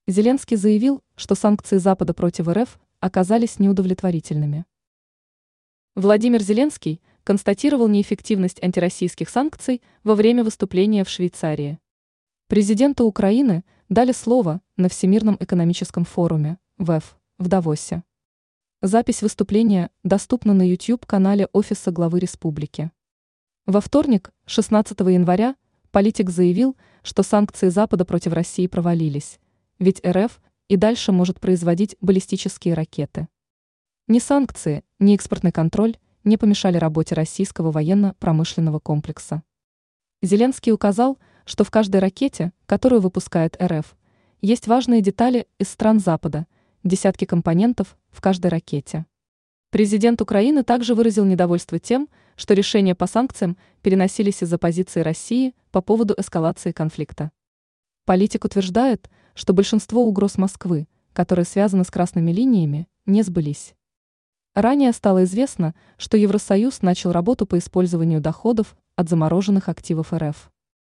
Зеленский заявил, что санкции Запада против РФ оказались неудовлетворительными. Владимир Зеленский констатировал неэффективность антироссийских санкций во время выступления в Швейцарии. Президенту Украины дали слово на Всемирном экономическом форуме ВЭФ в Давосе. Запись выступления доступна на YouTube-канале Офиса главы республики. Во вторник, 16 января, политик заявил, что санкции Запада против России провалились, ведь РФ и дальше может производить баллистические ракеты. Ни санкции, ни экспортный контроль не помешали работе российского военно-промышленного комплекса. Зеленский указал, что в каждой ракете, которую выпускает РФ, есть важные детали из стран Запада, десятки компонентов в каждой ракете. Президент Украины также выразил недовольство тем, что решения по санкциям переносились из-за позиции России по поводу эскалации конфликта. Политик утверждает, что большинство угроз Москвы, которые связаны с красными линиями, не сбылись. Ранее стало известно, что Евросоюз начал работу по использованию доходов от замороженных активов РФ.